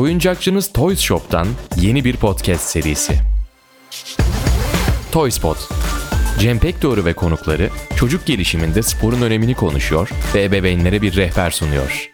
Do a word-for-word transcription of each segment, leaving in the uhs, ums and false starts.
Oyuncakçınız Toys Shop'tan yeni bir podcast serisi. Toyspot. Cem Pekdoğru ve konukları çocuk gelişiminde sporun önemini konuşuyor ve ebeveynlere bir rehber sunuyor.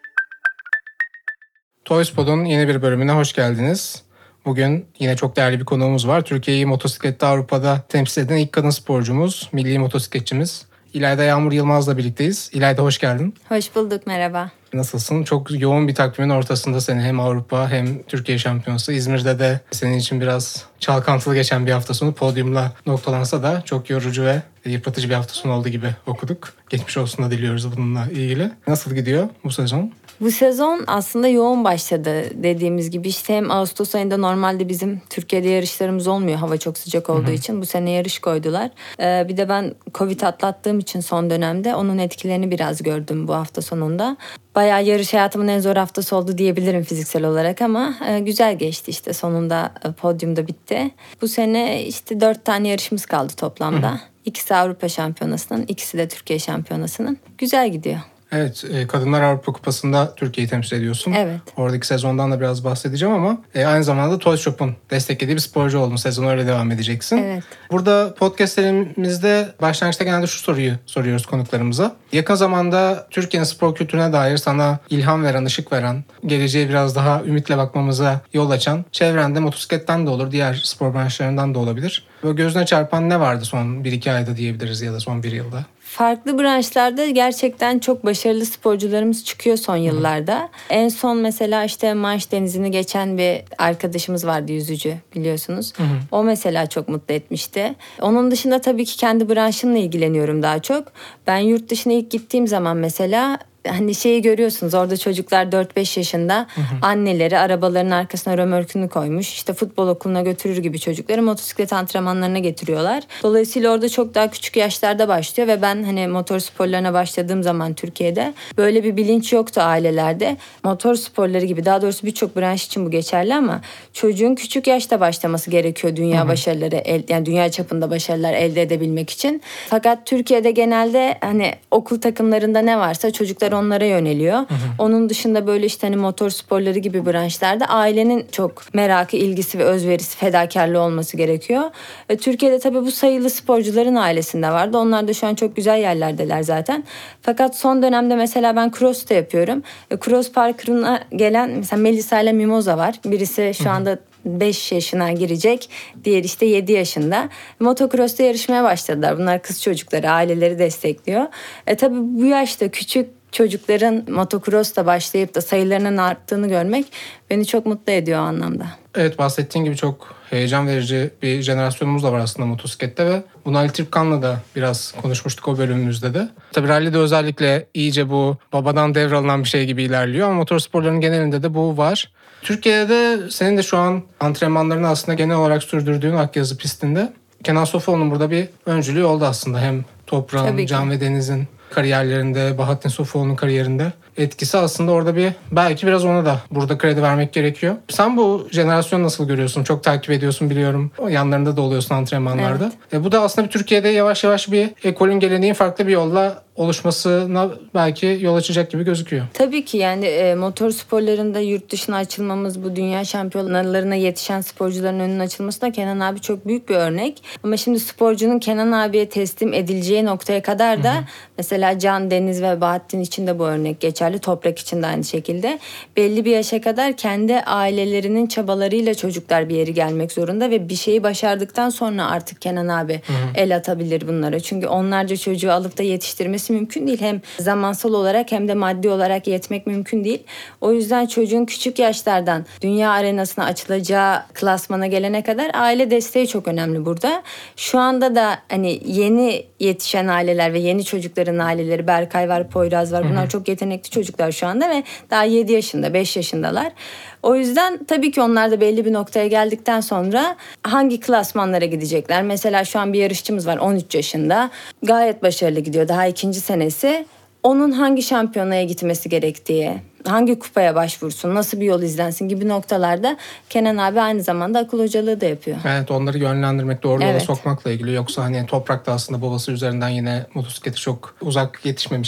Toyspot'un yeni bir bölümüne hoş geldiniz. Bugün yine çok değerli bir konuğumuz var. Türkiye'yi motosiklette Avrupa'da temsil eden ilk kadın sporcumuz, milli motosikletçimiz İlayda Yağmur Yılmaz'la birlikteyiz. İlayda hoş geldin. Hoş bulduk, merhaba. Nasılsın? Çok yoğun bir takvimin ortasında seni hem Avrupa hem Türkiye şampiyonası. İzmir'de de senin için biraz çalkantılı geçen bir hafta sonu podyumla noktalansa da çok yorucu ve yıpratıcı bir hafta sonu oldu gibi okuduk. Geçmiş olsun da diliyoruz bununla ilgili. Nasıl gidiyor bu sezon? Bu sezon aslında yoğun başladı dediğimiz gibi. İşte hem Ağustos ayında normalde bizim Türkiye'de yarışlarımız olmuyor hava çok sıcak olduğu Hı-hı. için. Bu sene yarış koydular. Ee, bir de ben Covid atlattığım için son dönemde onun etkilerini biraz gördüm bu hafta sonunda. Bayağı yarış hayatımın en zor haftası oldu diyebilirim fiziksel olarak ama e, güzel geçti işte sonunda e, podyumda bitti. Bu sene işte dört tane yarışımız kaldı toplamda. Hı-hı. İkisi Avrupa Şampiyonası'nın, ikisi de Türkiye Şampiyonası'nın. Güzel gidiyor. Evet, Kadınlar Avrupa Kupası'nda Türkiye'yi temsil ediyorsun. Evet. Oradaki sezondan da biraz bahsedeceğim ama aynı zamanda Toys Shop'un desteklediği bir sporcu oldun. Sezonu öyle devam edeceksin. Evet. Burada podcastlerimizde başlangıçta genelde şu soruyu soruyoruz konuklarımıza. Yakın zamanda Türkiye'nin spor kültürüne dair sana ilham veren, ışık veren, geleceğe biraz daha ümitle bakmamıza yol açan, çevrende motosikletten de olur, diğer spor branşlarından da olabilir. Böyle gözüne çarpan ne vardı son bir iki ayda diyebiliriz ya da son bir yılda? Farklı branşlarda gerçekten çok başarılı sporcularımız çıkıyor son yıllarda. Hı. En son mesela işte Manş Denizi'ni geçen bir arkadaşımız vardı, yüzücü biliyorsunuz. Hı hı. O mesela çok mutlu etmişti. Onun dışında tabii ki kendi branşımla ilgileniyorum daha çok. Ben yurt dışına ilk gittiğim zaman mesela hani şeyi görüyorsunuz, orada çocuklar dört beş yaşında, hı hı. anneleri arabaların arkasına römorkünü koymuş, işte futbol okuluna götürür gibi çocukları motosiklet antrenmanlarına getiriyorlar. Dolayısıyla orada çok daha küçük yaşlarda başlıyor ve ben hani motor sporlarına başladığım zaman Türkiye'de böyle bir bilinç yoktu ailelerde. Motor sporları gibi, daha doğrusu birçok branş için bu geçerli ama çocuğun küçük yaşta başlaması gerekiyor dünya hı hı. başarıları el, yani dünya çapında başarılar elde edebilmek için. Fakat Türkiye'de genelde hani okul takımlarında ne varsa çocuklar onlara yöneliyor. Hı hı. Onun dışında böyle işte hani motor sporları gibi branşlarda ailenin çok merakı, ilgisi ve özverisi, fedakarlığı olması gerekiyor. Ve Türkiye'de tabii bu sayılı sporcuların ailesinde vardı. Onlar da şu an çok güzel yerlerdeler zaten. Fakat son dönemde mesela ben cross da yapıyorum. Cross parkuruna gelen mesela Melisa ile Mimoza var. Birisi şu anda beş yaşına girecek. Diğer işte yedi yaşında. Motocross'ta yarışmaya başladılar. Bunlar kız çocukları, aileleri destekliyor. E tabii bu yaşta küçük çocukların motocross'ta başlayıp da sayılarının arttığını görmek beni çok mutlu ediyor o anlamda. Evet, bahsettiğin gibi çok heyecan verici bir jenerasyonumuz da var aslında motosiklette ve bunu Ali Tripkan'la da biraz konuşmuştuk o bölümümüzde de. Tabii rallide özellikle iyice bu babadan devralınan bir şey gibi ilerliyor ama motorsporların genelinde de bu var. Türkiye'de senin de şu an antrenmanlarını aslında genel olarak sürdürdüğün Akyazı pistinde Kenan Sofuoğlu'nun burada bir öncülüğü oldu aslında. Hem Toprağın, Can ve Deniz'in kariyerlerinde, Bahattin Sofuoğlu'nun kariyerinde etkisi aslında orada bir, belki biraz ona da burada kredi vermek gerekiyor. Sen bu jenerasyonu nasıl görüyorsun? Çok takip ediyorsun biliyorum. Yanlarında da oluyorsun antrenmanlarda. Evet. E, bu da aslında bir Türkiye'de yavaş yavaş bir ekolün, geleneğin farklı bir yolla oluşmasına belki yol açacak gibi gözüküyor. Tabii ki yani e, motor sporlarında yurt dışına açılmamız, bu dünya şampiyonalarına yetişen sporcuların önünün açılmasına Kenan abi çok büyük bir örnek. Ama şimdi sporcunun Kenan abiye teslim edileceği noktaya kadar da Hı-hı. mesela Can, Deniz ve Bahattin için de bu örnek geçerli. Toprak için de aynı şekilde. Belli bir yaşa kadar kendi ailelerinin çabalarıyla çocuklar bir yere gelmek zorunda ve bir şeyi başardıktan sonra artık Kenan abi Hı-hı. el atabilir bunlara. Çünkü onlarca çocuğu alıp da yetiştirmesi mümkün değil. Hem zamansal olarak hem de maddi olarak yetmek mümkün değil. O yüzden çocuğun küçük yaşlardan dünya arenasına açılacağı klasmana gelene kadar aile desteği çok önemli burada. Şu anda da hani yeni yetişen aileler ve yeni çocukların aileleri, Berkay var, Poyraz var. Bunlar Hı-hı. çok yetenekli çocuklar şu anda ve daha yedi yaşında, beş yaşındalar. O yüzden tabii ki onlar da belli bir noktaya geldikten sonra hangi klasmanlara gidecekler? Mesela şu an bir yarışçımız var, on üç yaşında. Gayet başarılı gidiyor. Daha ikinci senesi. Onun hangi şampiyonaya gitmesi gerektiği, hangi kupaya başvursun, nasıl bir yol izlensin gibi noktalarda Kenan abi aynı zamanda akıl hocalığı da yapıyor. Evet, onları yönlendirmek, doğru yola evet. sokmakla ilgili. Yoksa hani Toprak da aslında babası üzerinden yine motosiklete çok uzak yetişmemişti.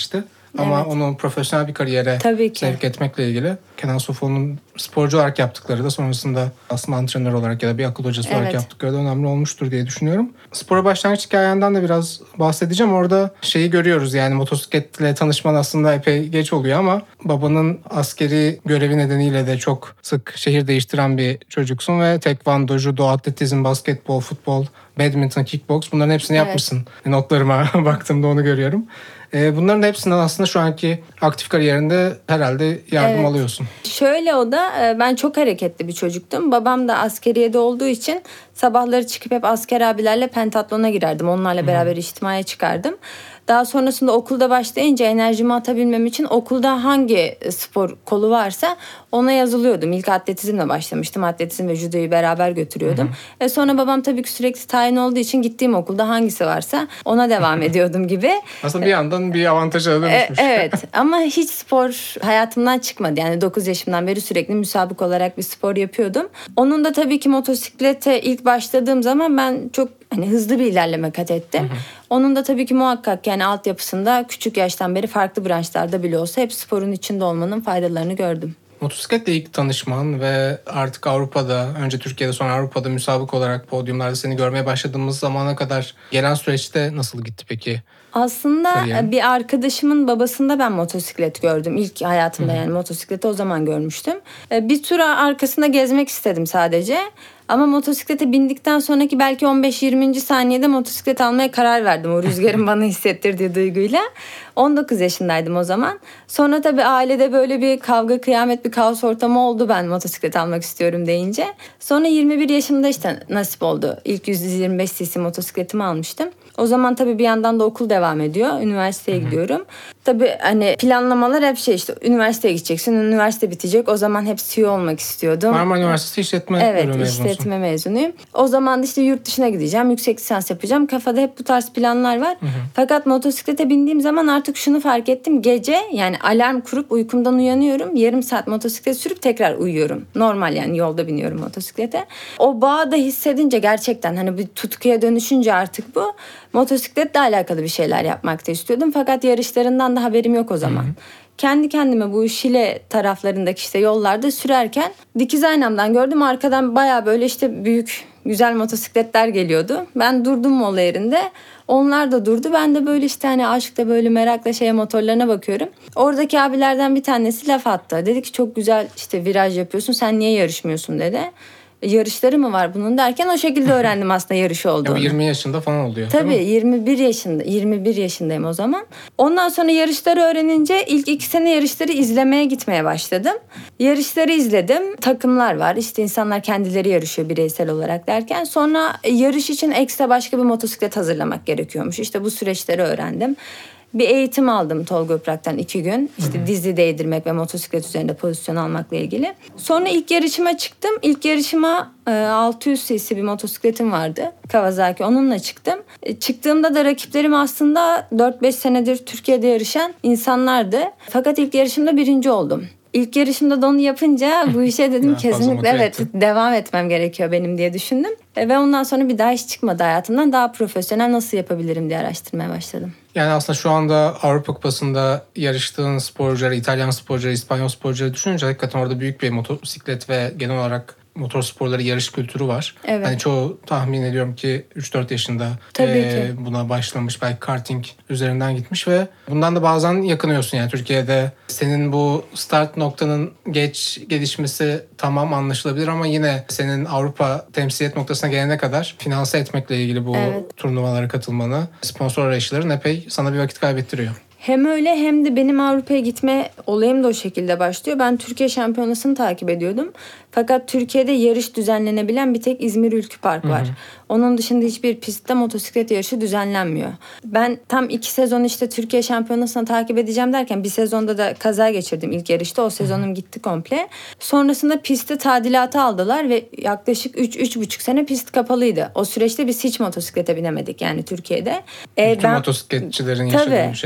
Ama Evet. onu profesyonel bir kariyere Tabii ki. sevk etmekle ilgili Kenan Sofuoğlu'nun sporcu olarak yaptıkları da sonrasında aslında antrenör olarak ya da bir akıl hocası olarak Evet. yaptıkları da önemli olmuştur diye düşünüyorum. Spora başlangıç hikayenden de biraz bahsedeceğim. Orada şeyi görüyoruz, yani motosikletle tanışman aslında epey geç oluyor ama babanın askeri görevi nedeniyle de çok sık şehir değiştiren bir çocuksun ve tekvando, judo, atletizm, basketbol, futbol, badminton, kickbox, bunların hepsini Evet. yapmışsın. Notlarıma baktığımda onu görüyorum. Bunların hepsinden aslında şu anki aktif kariyerinde herhalde yardım Evet. alıyorsun. Şöyle, o da ben çok hareketli bir çocuktum. Babam da askeriyede olduğu için sabahları çıkıp hep asker abilerle pentatlona girerdim. Onlarla beraber içtimaya çıkardım. Daha sonrasında okulda başlayınca enerjimi atabilmem için okulda hangi spor kolu varsa ona yazılıyordum. İlk atletizmle başlamıştım. Atletizm ve judoyu beraber götürüyordum. Hı hı. E sonra babam tabii ki sürekli tayin olduğu için gittiğim okulda hangisi varsa ona devam ediyordum gibi. Aslında bir yandan bir avantaja dönüşmüş. E, evet ama hiç spor hayatımdan çıkmadı. Yani dokuz yaşımdan beri sürekli müsabık olarak bir spor yapıyordum. Onun da tabii ki motosiklete ilk başladığım zaman ben çok hani hızlı bir ilerleme kat ettim. Hı hı. Onun da tabii ki muhakkak yani altyapısında küçük yaştan beri farklı branşlarda bile olsa hep sporun içinde olmanın faydalarını gördüm. Motosikletle ilk tanışman ve artık Avrupa'da, önce Türkiye'de sonra Avrupa'da müsabık olarak podyumlarda seni görmeye başladığımız zamana kadar gelen süreçte nasıl gitti peki? Aslında Kariyerin? Bir arkadaşımın babasında ben motosiklet gördüm. İlk hayatımda yani motosikleti o zaman görmüştüm. Bir tur arkasında gezmek istedim sadece. Ama motosiklete bindikten sonraki belki on beş yirminci saniyede motosiklet almaya karar verdim. O rüzgarın bana hissettirdiği duyguyla. on dokuz yaşındaydım o zaman. Sonra tabii ailede böyle bir kavga, kıyamet, bir kaos ortamı oldu ben motosiklet almak istiyorum deyince. Sonra yirmi bir yaşımda işte nasip oldu. İlk yüz yirmi beş cc motosikletimi almıştım. O zaman tabii bir yandan da okul devam ediyor. Üniversiteye Hı-hı. gidiyorum. Tabii hani planlamalar hep şey işte üniversiteye gideceksin. Üniversite bitecek. O zaman hep C E O olmak istiyordum. Marmara Üniversitesi işletme Evet, bölümü mezunusun. Evet, işletme mezunuyum. O zaman da işte yurt dışına gideceğim. Yüksek lisans yapacağım. Kafada hep bu tarz planlar var. Hı-hı. Fakat motosiklete bindiğim zaman artık şunu fark ettim. Gece yani alarm kurup uykumdan uyanıyorum. Yarım saat motosiklet sürüp tekrar uyuyorum. Normal yani yolda biniyorum motosiklete. O bağı da hissedince gerçekten hani bir tutkuya dönüşünce artık bu motosikletle alakalı bir şeyler yapmak da istiyordum. Fakat yarışlarından da haberim yok o zaman. Hı-hı. Kendi kendime bu Şile taraflarındaki işte yollarda sürerken dikiz aynamdan gördüm. Arkadan baya böyle işte büyük güzel motosikletler geliyordu. Ben durdum mola yerinde. Onlar da durdu. Ben de böyle işte hani aşkla böyle merakla şeye motorlarına bakıyorum. Oradaki abilerden bir tanesi laf attı. Dedi ki çok güzel işte viraj yapıyorsun. Sen niye yarışmıyorsun dedi. Yarışları mı var bunun derken o şekilde öğrendim aslında yarış olduğunu. Ya yirmi yaşında falan oluyor. Tabii yirmi bir yaşında, yirmi bir yaşındayım o zaman. Ondan sonra yarışları öğrenince ilk iki sene yarışları izlemeye gitmeye başladım. Yarışları izledim. Takımlar var. İşte insanlar kendileri yarışıyor bireysel olarak derken. Sonra yarış için ekstra başka bir motosiklet hazırlamak gerekiyormuş. İşte bu süreçleri öğrendim. Bir eğitim aldım Tolga Uprak'tan iki gün. İşte dizi değdirmek ve motosiklet üzerinde pozisyon almakla ilgili. Sonra ilk yarışıma çıktım. İlk yarışıma altı yüz cc bir motosikletim vardı. Kawasaki, onunla çıktım. Çıktığımda da rakiplerim aslında dört beş senedir Türkiye'de yarışan insanlardı. Fakat ilk yarışımda birinci oldum. İlk yarışımda da onu yapınca bu işe dedim kesinlikle evet devam etmem gerekiyor benim diye düşündüm. Ve ondan sonra bir daha hiç çıkmadı hayatımdan. Daha profesyonel nasıl yapabilirim diye araştırmaya başladım. Yani aslında şu anda Avrupa Kupası'nda yarıştığın sporcuları, İtalyan sporcuları, İspanyol sporcuları düşününce hakikaten orada büyük bir motosiklet ve genel olarak motor sporları yarış kültürü var. Evet. Hani çoğu tahmin ediyorum ki üç dört yaşında e, buna başlamış. Belki karting üzerinden gitmiş ve bundan da bazen yakınıyorsun. Yani Türkiye'de senin bu start noktanın geç gelişmesi tamam anlaşılabilir ama yine senin Avrupa temsiliyet noktasına gelene kadar finanse etmekle ilgili bu evet. turnuvalara katılmanı, sponsor arayışların epey sana bir vakit kaybettiriyor. Hem öyle hem de benim Avrupa'ya gitme olayım da o şekilde başlıyor. Ben Türkiye Şampiyonası'nı takip ediyordum. Fakat Türkiye'de yarış düzenlenebilen bir tek İzmir Ülkü Park var. Hı hı. Onun dışında hiçbir pistte motosiklet yarışı düzenlenmiyor. Ben tam iki sezon işte Türkiye Şampiyonası'nı takip edeceğim derken bir sezonda da kaza geçirdim ilk yarışta. O sezonum hı hı. gitti komple. Sonrasında pisti tadilata aldılar ve yaklaşık üç üç buçuk sene pist kapalıydı. O süreçte biz hiç motosiklete binemedik yani Türkiye'de. Bütün ee, ben, motosikletçilerin yaşadığı şeye söyleyeyim.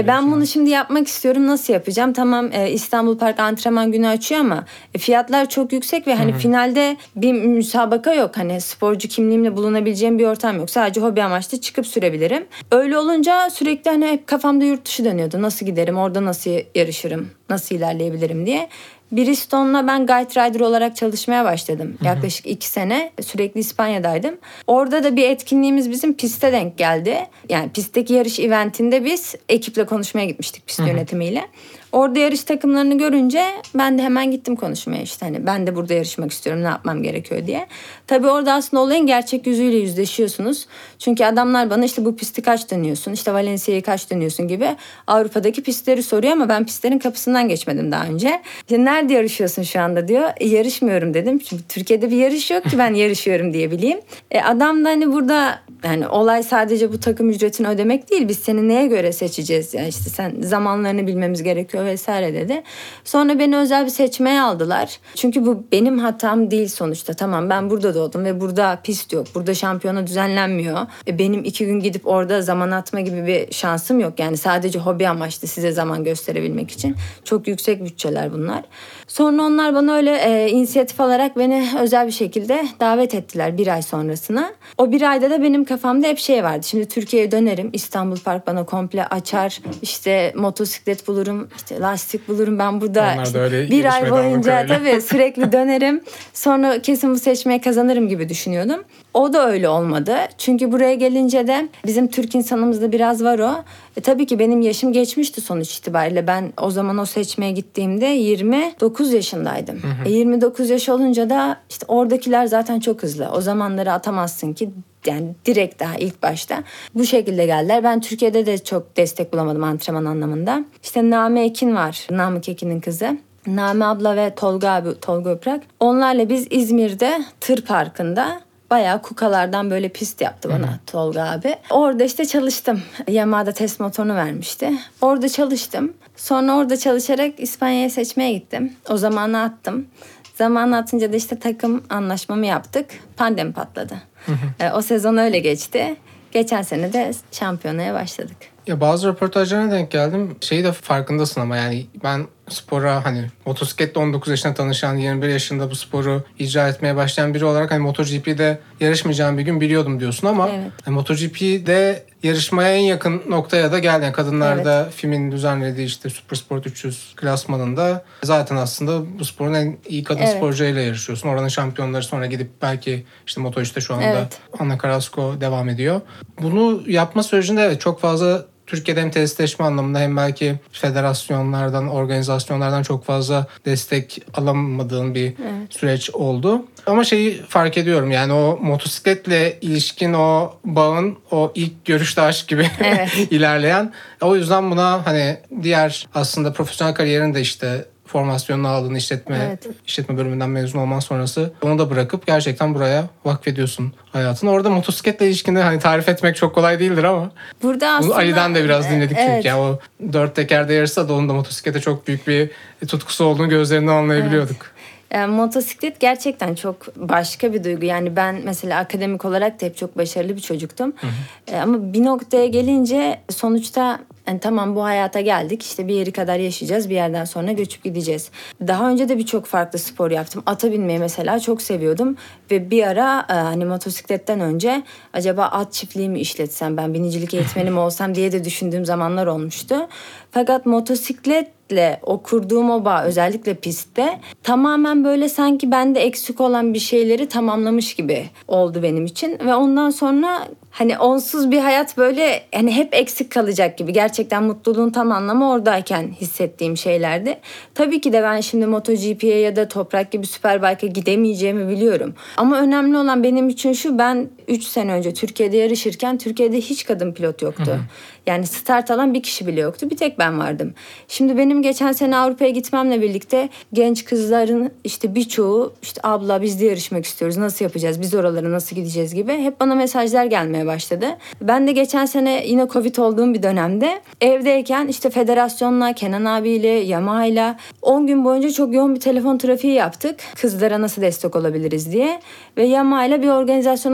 E ben bunu şimdi yapmak istiyorum. Nasıl yapacağım? Tamam, e, İstanbul Park antrenman günü açıyor ama e, fiyatlar çok yüksek ve hani Hı-hı. finalde bir müsabaka yok. Hani sporcu kimliğimle bulunabileceğim bir ortam yok. Sadece hobi amaçlı çıkıp sürebilirim. Öyle olunca sürekli hani hep kafamda yurt dışı dönüyordu. Nasıl giderim? Orada nasıl yarışırım? Nasıl ilerleyebilirim diye. Bristol'la ben guide rider olarak çalışmaya başladım. Hı hı. Yaklaşık iki sene sürekli İspanya'daydım. Orada da bir etkinliğimiz bizim piste denk geldi. Yani pistteki yarış eventinde biz ekiple konuşmaya gitmiştik pist hı hı. yönetimiyle. Orada yarış takımlarını görünce ben de hemen gittim konuşmaya, işte hani ben de burada yarışmak istiyorum, ne yapmam gerekiyor diye. Tabii orada aslında olayın gerçek yüzüyle yüzleşiyorsunuz. Çünkü adamlar bana işte bu pisti kaç dönüyorsun, işte Valencia'yı kaç dönüyorsun gibi Avrupa'daki pistleri soruyor ama ben pistlerin kapısından geçmedim daha önce. İşte nerede yarışıyorsun şu anda diyor. E, yarışmıyorum dedim. Çünkü Türkiye'de bir yarış yok ki ben yarışıyorum diye bileyim. E, adam da hani burada yani olay sadece bu takım ücretini ödemek değil. Biz seni neye göre seçeceğiz? Yani işte sen zamanlarını bilmemiz gerekiyor vesaire dedi. Sonra beni özel bir seçmeye aldılar. Çünkü bu benim hatam değil sonuçta. Tamam, ben burada doğdum ve burada pist yok. Burada şampiyona düzenlenmiyor. E benim iki gün gidip orada zaman atma gibi bir şansım yok. Yani sadece hobi amaçlı size zaman gösterebilmek için. Çok yüksek bütçeler bunlar. Sonra onlar bana öyle e, inisiyatif alarak beni özel bir şekilde davet ettiler bir ay sonrasına. O bir ayda da benim kafamda hep şey vardı. Şimdi Türkiye'ye dönerim. İstanbul Park bana komple açar. İşte motosiklet bulurum. İşte lastik bulurum. Ben burada işte bir ay boyunca tabii sürekli dönerim. Sonra kesin bu seçmeyi kazanırım gibi düşünüyordum. O da öyle olmadı. Çünkü buraya gelince de bizim Türk insanımızda biraz var o. E, tabii ki benim yaşım geçmişti sonuç itibariyle. Ben o zaman o seçmeye gittiğimde yirmi dokuz yaşındaydım. Hı hı. E, yirmi dokuz yaş olunca da işte oradakiler zaten çok hızlı. O zamanları atamazsın ki. Yani direkt daha ilk başta bu şekilde geldiler. Ben Türkiye'de de çok destek bulamadım antrenman anlamında. İşte Name Ekin var. Namık Ekin'in kızı. Name abla ve Tolga abi, Tolga Öprak. Onlarla biz İzmir'de Tır Parkı'nda bayağı kukalardan böyle pist yaptı bana Hı-hı. Tolga abi. Orada işte çalıştım. Yamaha'da test motorunu vermişti. Orada çalıştım. Sonra orada çalışarak İspanya'ya seçmeye gittim. O zamanı attım. Zamanı atınca da işte takım anlaşmamı yaptık. Pandemi patladı. e, o sezon öyle geçti. Geçen sene de şampiyonaya başladık. Ya bazı röportajlarına denk geldim. Şeyi de farkındasın ama yani ben spora hani motosikletle on dokuz yaşında tanışan, yirmi bir yaşında bu sporu icra etmeye başlayan biri olarak hani MotoGP'de yarışmayacağım bir gün biliyordum diyorsun ama evet. hani MotoGP'de yarışmaya en yakın noktaya da geldin. Yani kadınlarda evet. F I M'in düzenlediği işte Supersport üç yüz klasmanında zaten aslında bu sporun en iyi kadın evet. sporcularıyla yarışıyorsun. Oranın şampiyonları sonra gidip belki işte Moto üçte şu anda evet. Anna Carrasco devam ediyor. Bunu yapma sürecinde evet çok fazla Türkiye'de hem testleşme anlamında hem belki federasyonlardan, organizasyonlardan çok fazla destek alamadığın bir evet. süreç oldu. Ama şeyi fark ediyorum yani o motosikletle ilişkin o bağın o ilk görüşte aşk gibi evet. ilerleyen. O yüzden buna hani diğer aslında profesyonel kariyerin de işte formasyonunu aldığın işletme evet. işletme bölümünden mezun olman sonrası onu da bırakıp gerçekten buraya vakfediyorsun hayatını. Orada motosikletle ilişkini hani tarif etmek çok kolay değildir ama burada aslında bunu Ali'den de biraz dinledik evet. çünkü yani o dört tekerde yarışsa da onun da motosiklete çok büyük bir tutkusu olduğunu gözlerinden anlayabiliyorduk. Evet. Yani motosiklet gerçekten çok başka bir duygu. Yani ben mesela akademik olarak da hep çok başarılı bir çocuktum. Hı hı. Ama bir noktaya gelince sonuçta yani tamam bu hayata geldik. İşte bir yeri kadar yaşayacağız. Bir yerden sonra göçüp gideceğiz. Daha önce de birçok farklı spor yaptım. Ata binmeyi mesela çok seviyordum. Ve bir ara hani motosikletten önce acaba at çiftliği mi işletsem, ben binicilik eğitmeni mi olsam diye de düşündüğüm zamanlar olmuştu. Fakat motosikletle o kurduğum o bağ özellikle pistte tamamen böyle sanki bende eksik olan bir şeyleri tamamlamış gibi oldu benim için. Ve ondan sonra hani onsuz bir hayat böyle hani hep eksik kalacak gibi. Gerçekten mutluluğun tam anlamı oradayken hissettiğim şeylerdi. Tabii ki de ben şimdi MotoGP'ye ya da Toprak gibi Superbike'a gidemeyeceğimi biliyorum. Ama önemli olan benim için şu, ben üç sene önce Türkiye'de yarışırken Türkiye'de hiç kadın pilot yoktu. Hı hı. Yani start alan bir kişi bile yoktu. Bir tek ben vardım. Şimdi benim geçen sene Avrupa'ya gitmemle birlikte genç kızların işte birçoğu işte abla biz de yarışmak istiyoruz. Nasıl yapacağız? Biz oralara nasıl gideceğiz gibi hep bana mesajlar gelmeye başladı. Ben de geçen sene yine Covid olduğum bir dönemde evdeyken işte federasyonla, Kenan abiyle, Yamaha'yla on gün boyunca çok yoğun bir telefon trafiği yaptık. Kızlara nasıl destek olabiliriz diye. Ve Yamaha'yla bir organizasyona başladık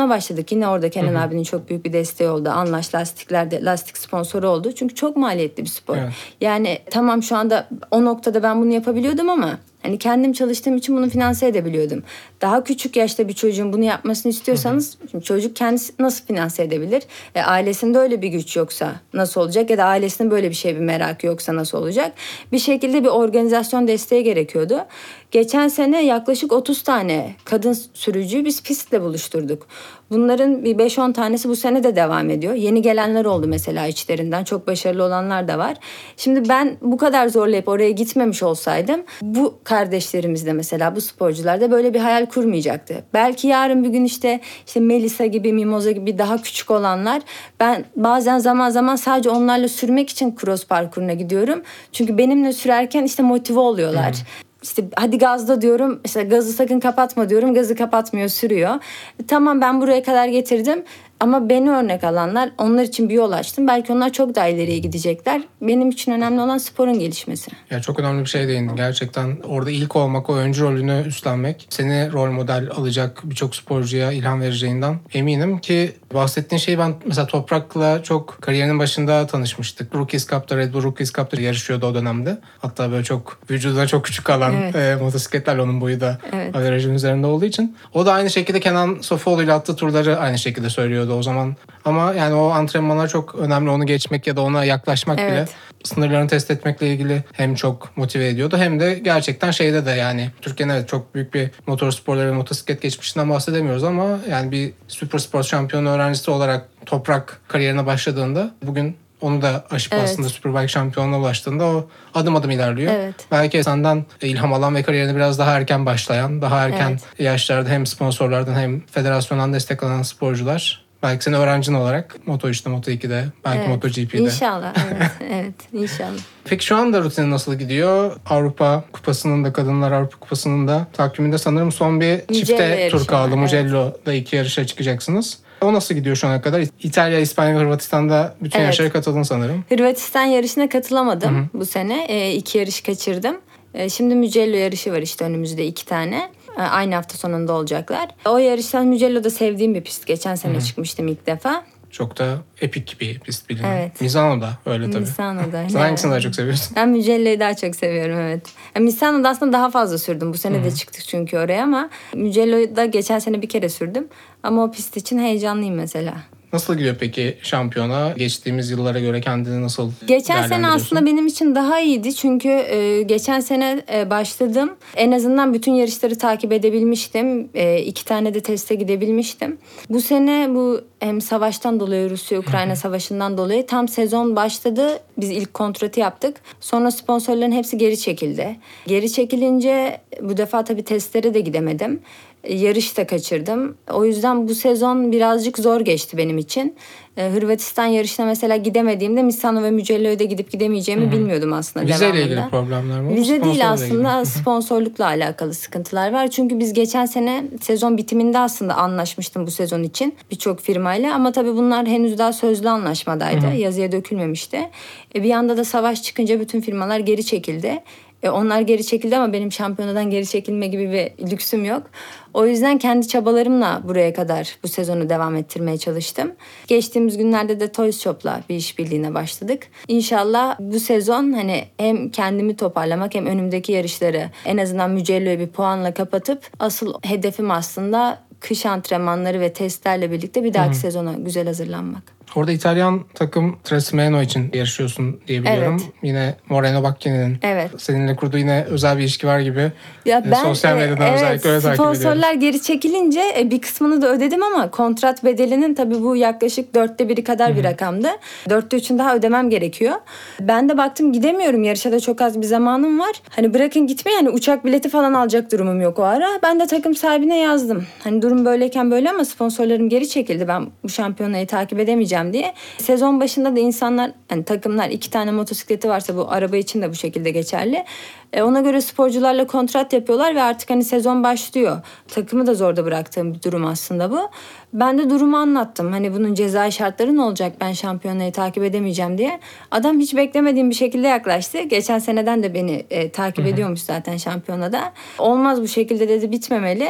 başladık. Yine orada Kenan hı hı. abinin çok büyük bir desteği oldu. Anlaş Lastikler'de lastik sponsoru oldu. Çünkü çok maliyetli bir spor. Evet. Yani tamam şu anda o noktada ben bunu yapabiliyordum ama hani kendim çalıştığım için bunu finanse edebiliyordum. Daha küçük yaşta bir çocuğun bunu yapmasını istiyorsanız hı hı. çocuk kendisi nasıl finanse edebilir? E, ailesinde öyle bir güç yoksa nasıl olacak? Ya da ailesinin böyle bir şey bir merakı yoksa nasıl olacak? Bir şekilde bir organizasyon desteği gerekiyordu. Geçen sene yaklaşık otuz tane kadın sürücüyü biz pistle buluşturduk. Bunların bir beş on tanesi bu sene de devam ediyor. Yeni gelenler oldu mesela içlerinden. Çok başarılı olanlar da var. Şimdi ben bu kadar zorlayıp oraya gitmemiş olsaydım bu kardeşlerimiz de mesela bu sporcular da böyle bir hayal kurmayacaktı. Belki yarın bir gün işte işte Melisa gibi, Mimoza gibi daha küçük olanlar, ben bazen zaman zaman sadece onlarla sürmek için cross parkuruna gidiyorum. Çünkü benimle sürerken işte motive oluyorlar. Hmm. İşte hadi gazda diyorum, işte gazı sakın kapatma diyorum, gazı kapatmıyor, sürüyor. Tamam ben buraya kadar getirdim ama beni örnek alanlar, onlar için bir yol açtım. Belki onlar çok daha ileriye gidecekler. Benim için önemli olan sporun gelişmesi. Ya çok önemli bir şey değindin. Gerçekten orada ilk olmak, o öncü rolünü üstlenmek seni rol model alacak birçok sporcuya ilham vereceğinden eminim ki bahsettiğin şeyi ben mesela Toprak'la çok kariyerinin başında tanışmıştık. Rookies Cup'ta, Red Bull Rookies Cup'ta yarışıyordu o dönemde. Hatta böyle çok vücuda çok küçük kalan evet. e, motosikletlerle, onun boyu da evet. averajın üzerinde olduğu için. O da aynı şekilde Kenan Sofuoğlu ile attığı turları aynı şekilde söylüyordu o zaman. Ama yani o antrenmanlar çok önemli. Onu geçmek ya da ona yaklaşmak evet. bile sınırlarını test etmekle ilgili hem çok motive ediyordu hem de gerçekten şeyde de yani Türkiye'nin evet çok büyük bir motor sporları ve motosiklet geçmişinden bahsedemiyoruz ama yani bir süper spor şampiyonu öğrencisi olarak Toprak kariyerine başladığında bugün onu da aşıp evet. aslında Superbike şampiyonluğuna ulaştığında o adım adım ilerliyor. Evet. Belki senden ilham alan ve kariyerine biraz daha erken başlayan, daha erken evet. yaşlarda hem sponsorlardan hem federasyondan destek alan sporcular belki senin öğrencin olarak Moto üçte, Moto ikide, belki evet. MotoGP'de. İnşallah. Evet, evet, inşallah. Peki şu anda rutinin nasıl gidiyor? Avrupa Kupası'nın da, Kadınlar Avrupa Kupası'nın da takviminde sanırım son bir Mugello çifte tur kaldı. Evet. Mugello'da iki yarışa çıkacaksınız. O nasıl gidiyor şu ana kadar? İtalya, İspanya ve Hırvatistan'da bütün evet. yarışlara katıldın sanırım. Hırvatistan yarışına katılamadım Hı-hı. bu sene. E, iki yarış kaçırdım. E, şimdi Mugello yarışı var işte önümüzde iki tane. E, aynı hafta sonunda olacaklar. O yarıştan Mugello'da sevdiğim bir pist. Geçen sene Hı-hı. çıkmıştım ilk defa. Çok da epik bir pist bilinen. Evet. Misano'da öyle tabii. Misano'da. Sen hangisini daha çok seviyorsun? Ben Mugello'yu daha çok seviyorum evet. Yani Misano'da aslında daha fazla sürdüm. Bu sene Hı-hı. de çıktık çünkü oraya ama Mugello'da geçen sene bir kere sürdüm. Ama o pist için heyecanlıyım mesela. Nasıl gidiyor peki şampiyona? Geçtiğimiz yıllara göre kendini nasıl Geçen sene aslında benim için daha iyiydi. Çünkü e, geçen sene e, başladım. En azından bütün yarışları takip edebilmiştim. E, iki tane de teste gidebilmiştim. Bu sene bu hem savaştan dolayı, Rusya-Ukrayna savaşından dolayı tam sezon başladı. Biz ilk kontratı yaptık. Sonra sponsorların hepsi geri çekildi. Geri çekilince bu defa tabii testlere de gidemedim. Yarış da kaçırdım. O yüzden bu sezon birazcık zor geçti benim için. Hırvatistan yarışına mesela gidemediğimde Misano ve Mugello'ya da gidip gidemeyeceğimi Hı-hı. bilmiyordum aslında Vizeyle devamında. ilgili problemler mi? Vize değil aslında, sponsorlukla alakalı sıkıntılar var. Çünkü biz geçen sene sezon bitiminde aslında anlaşmıştım bu sezon için birçok firmayla. Ama tabii bunlar henüz daha sözlü anlaşmadaydı. Hı-hı. Yazıya dökülmemişti. E bir anda da savaş çıkınca bütün firmalar geri çekildi. E onlar geri çekildi ama benim şampiyonadan geri çekilme gibi bir lüksüm yok. O yüzden kendi çabalarımla buraya kadar bu sezonu devam ettirmeye çalıştım. Geçtiğimiz günlerde de Toys Shop'la bir işbirliğine başladık. İnşallah bu sezon hani hem kendimi toparlamak hem önümdeki yarışları en azından Mugello'yu bir puanla kapatıp asıl hedefim aslında kış antrenmanları ve testlerle birlikte bir dahaki Hı-hı. sezona güzel hazırlanmak. Orada İtalyan takım Trasimeno için yarışıyorsun diye biliyorum. Evet. Yine Moreno Bacchini'nin evet. seninle kurduğu yine özel bir ilişki var gibi. Ya ben, sosyal medyadan evet, özellikle öyle takip ediyorum. Sponsorlar geri çekilince bir kısmını da ödedim ama kontrat bedelinin tabii bu yaklaşık dörtte biri kadar Hı-hı. bir rakamdı. Dörtte üçün daha ödemem gerekiyor. Ben de baktım gidemiyorum. Yarışa da çok az bir zamanım var. Hani bırakın gitmeyi, hani uçak bileti falan alacak durumum yok o ara. Ben de takım sahibine yazdım. Hani durum böyleyken böyle ama sponsorlarım geri çekildi. Ben bu şampiyonayı takip edemeyeceğim diye. Sezon başında da insanlar, yani takımlar iki tane motosikleti varsa bu araba için de bu şekilde geçerli. E ona göre sporcularla kontrat yapıyorlar ve artık hani sezon başlıyor. Takımı da zorda bıraktığım bir durum aslında bu. Ben de durumu anlattım. Hani bunun cezai şartları ne olacak, ben şampiyonayı takip edemeyeceğim diye. Adam hiç beklemediğim bir şekilde yaklaştı. Geçen seneden de beni e, takip Hı-hı. ediyormuş zaten şampiyonada. Olmaz bu şekilde dedi, bitmemeli.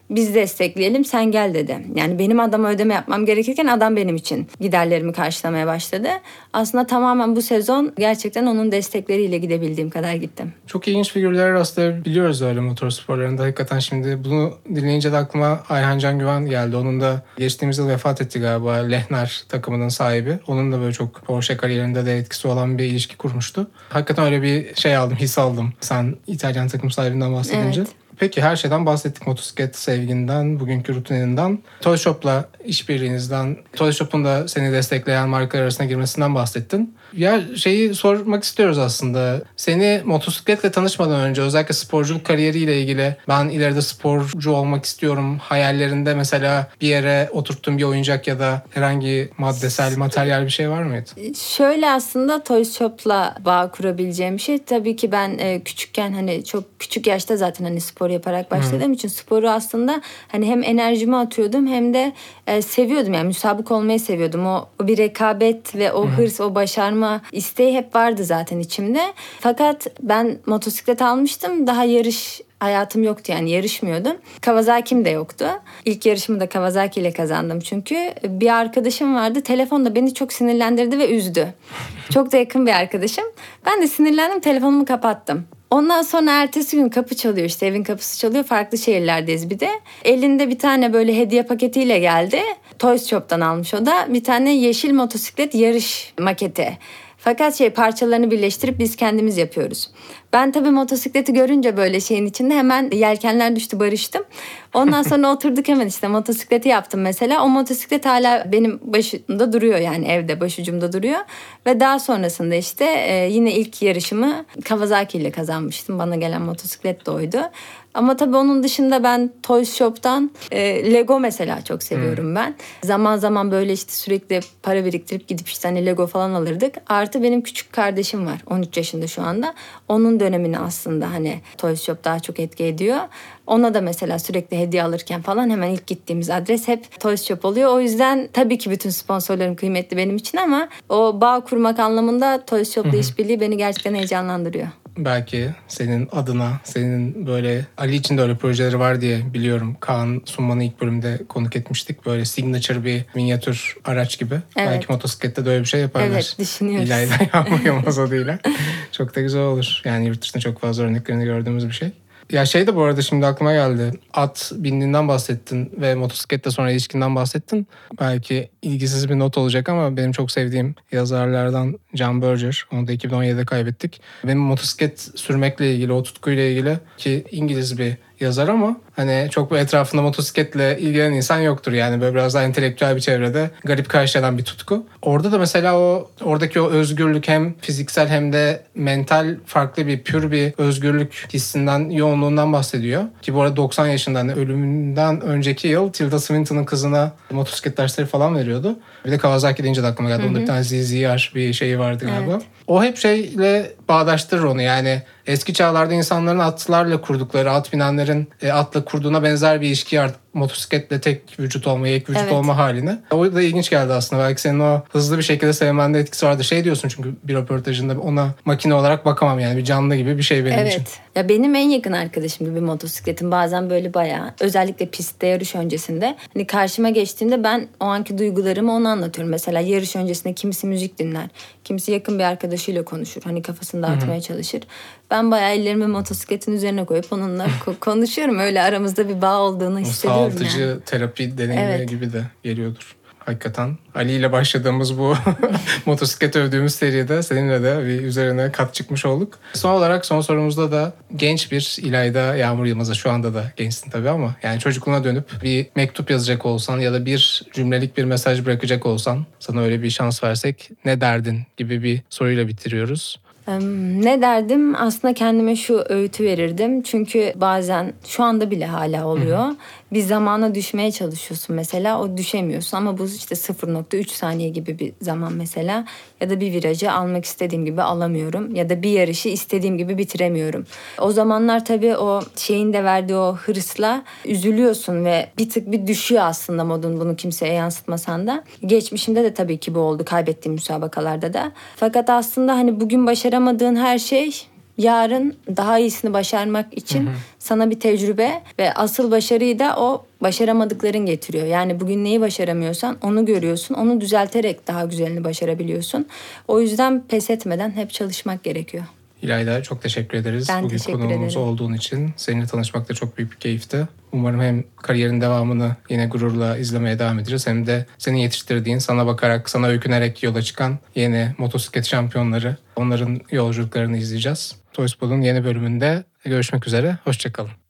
biz destekleyelim, sen gel dedi. Yani benim adama ödeme yapmam gerekirken adam benim için giderlerimi karşılamaya başladı. Aslında tamamen bu sezon gerçekten onun destekleriyle gidebildiğim kadar gittim. Çok ilginç figürlere rastlayabiliyoruz öyle motorsporlarında. Hakikaten şimdi bunu dinleyince de aklıma Ayhan Can Güven geldi. Onun da geçtiğimiz yıl vefat etti galiba. Lehner takımının sahibi. Onun da böyle çok Porsche kariyerinde de etkisi olan bir ilişki kurmuştu. Hakikaten öyle bir şey aldım, his aldım. Sen İtalyan takım sahibinden bahsedince. Evet. Peki her şeyden bahsettik. Motosiklet sevginden, bugünkü rutininden, Toy Shop'la işbirliğinizden, Toy Shop'un da seni destekleyen markalar arasına girmesinden bahsettin. Ya şeyi sormak istiyoruz aslında. Seni motosikletle tanışmadan önce özellikle sporculuk kariyeriyle ilgili ben ileride sporcu olmak istiyorum hayallerinde mesela bir yere oturttuğun bir oyuncak ya da herhangi maddesel, materyal bir şey var mıydı? Şöyle aslında Toy Shop'la bağ kurabileceğim bir şey. Tabii ki ben e, küçükken hani çok küçük yaşta zaten hani spor yaparak başladığım hmm. için sporu aslında hani hem enerjimi atıyordum hem de e, seviyordum. Yani müsabık olmayı seviyordum. O, o bir rekabet ve o hmm. hırs, o başarma isteği hep vardı zaten içimde. Fakat ben motosiklet almıştım. Daha yarış hayatım yoktu, yani yarışmıyordum. Kawasaki'm de yoktu. İlk yarışımı da Kawasaki ile kazandım çünkü. Bir arkadaşım vardı. Telefonda beni çok sinirlendirdi ve üzdü. Çok da yakın bir arkadaşım. Ben de sinirlendim, telefonumu kapattım. Ondan sonra ertesi gün kapı çalıyor, işte evin kapısı çalıyor. Farklı şehirlerdeyiz bir de. Elinde bir tane böyle hediye paketiyle geldi. Toys Shop'tan almış o da. Bir tane yeşil motosiklet yarış maketi. Fakat şey parçalarını birleştirip biz kendimiz yapıyoruz. Ben tabii motosikleti görünce böyle şeyin içinde hemen yelkenler düştü, barıştım. Ondan sonra oturduk hemen işte motosikleti yaptım mesela. O motosiklet hala benim başımda duruyor, yani evde başucumda duruyor. Ve daha sonrasında işte e, yine ilk yarışımı Kawasaki ile kazanmıştım. Bana gelen motosiklet de oydu. Ama tabii onun dışında ben Toys Shop'tan e, Lego mesela çok seviyorum hmm. ben. Zaman zaman böyle işte sürekli para biriktirip gidip işte hani Lego falan alırdık. Artı benim küçük kardeşim var, on üç yaşında şu anda. Onun dönemini aslında hani Toys Shop daha çok etki ediyor. Ona da mesela sürekli hediye alırken falan hemen ilk gittiğimiz adres hep Toys Shop oluyor. O yüzden tabii ki bütün sponsorlarım kıymetli benim için ama o bağ kurmak anlamında Toys Shop'la işbirliği beni gerçekten heyecanlandırıyor. Belki senin adına, senin böyle Ali için de öyle projeleri var diye biliyorum. Kaan Sunman'ı ilk bölümde konuk etmiştik. Böyle signature bir minyatür araç gibi. Evet. Belki motosiklette de öyle bir şey yaparlar. Evet, düşünüyoruz. İlayda Yağmur Yılmaz adıyla. Çok da güzel olur. Yani yurt dışında çok fazla örneklerini gördüğümüz bir şey. Ya şey de bu arada şimdi aklıma geldi. At bindiğinden bahsettin ve motosikletle sonra ilişkinden bahsettin. Belki ilgisiz bir not olacak ama benim çok sevdiğim yazarlardan John Berger. Onu da iki bin on yedide kaybettik. Benim motosiklet sürmekle ilgili, o tutkuyla ilgili ki İngiliz bir yazar ama hani çok bu etrafında motosikletle ilgilenen insan yoktur. Yani böyle biraz daha entelektüel bir çevrede garip karşılanan bir tutku. Orada da mesela o oradaki o özgürlük hem fiziksel hem de mental farklı bir pür bir özgürlük hissinden, yoğunluğundan bahsediyor. Ki bu arada doksan yaşında hani ölümünden önceki yıl Tilda Swinton'ın kızına motosiklet dersleri falan veriyordu. Bir de Kawasaki deyince de aklıma geldi. Hı hı. Onda bir tane Z Z R bir şeyi vardı galiba. Evet. O hep şeyle bağdaştırır onu, yani eski çağlarda insanların atlarla kurdukları, at binenlerin e, atla kurduğuna benzer bir ilişki artık motosikletle tek vücut olma, ek vücut evet. olma haline. O da ilginç geldi aslında. Belki senin o hızlı bir şekilde sevmende etkisi vardı. Şey diyorsun çünkü bir röportajında, ona makine olarak bakamam, yani bir canlı gibi bir şey benim evet. için. Evet. Ya benim en yakın arkadaşım gibi motosikletim. Bazen böyle bayağı, özellikle pistte yarış öncesinde hani karşıma geçtiğinde ben o anki duygularımı ona anlatıyorum. Mesela yarış öncesinde kimisi müzik dinler, kimisi yakın bir arkadaşıyla konuşur. Hani kafasını dağıtmaya Hı-hı. çalışır. Ben bayağı ellerimi motosikletin üzerine koyup onunla konuşuyorum. Öyle aramızda bir bağ olduğunu hissediyorum. O sağaltıcı yani. terapi deneyimi evet. gibi de geliyordur. Hakikaten Ali ile başladığımız bu motosiklet övdüğümüz seride seninle de bir üzerine kat çıkmış olduk. Son olarak son sorumuzda da genç bir İlayda Yağmur Yılmaz'a, şu anda da gençsin tabii ama yani çocukluğuna dönüp bir mektup yazacak olsan ya da bir cümlelik bir mesaj bırakacak olsan, sana öyle bir şans versek ne derdin gibi bir soruyla bitiriyoruz. Ne derdim? Aslında kendime şu öğütü verirdim. Çünkü bazen, şu anda bile hala oluyor. Hı hı. Bir zamana düşmeye çalışıyorsun mesela, o düşemiyorsun ama bu işte sıfır nokta üç saniye gibi bir zaman mesela, ya da bir virajı almak istediğim gibi alamıyorum ya da bir yarışı istediğim gibi bitiremiyorum. O zamanlar tabii o şeyin de verdiği o hırsla üzülüyorsun ve bir tık bir düşüyor aslında modun, bunu kimseye yansıtmasan da. Geçmişimde de tabii ki bu oldu, kaybettiğim müsabakalarda da. Fakat aslında hani bugün başaramadığın her şey yarın daha iyisini başarmak için hı hı. sana bir tecrübe ve asıl başarıyı da o başaramadıkların getiriyor. Yani bugün neyi başaramıyorsan onu görüyorsun. Onu düzelterek daha güzelini başarabiliyorsun. O yüzden pes etmeden hep çalışmak gerekiyor. İlayda, çok teşekkür ederiz. Ben Bugün teşekkür konuğumuz ederim. olduğun için. Seninle tanışmak da çok büyük bir keyifti. Umarım hem kariyerin devamını yine gururla izlemeye devam edeceğiz, hem de senin yetiştirdiğin, sana bakarak, sana öykünerek yola çıkan yeni motosiklet şampiyonları, onların yolculuklarını izleyeceğiz. Toyspot'un yeni bölümünde görüşmek üzere. Hoşça kalın.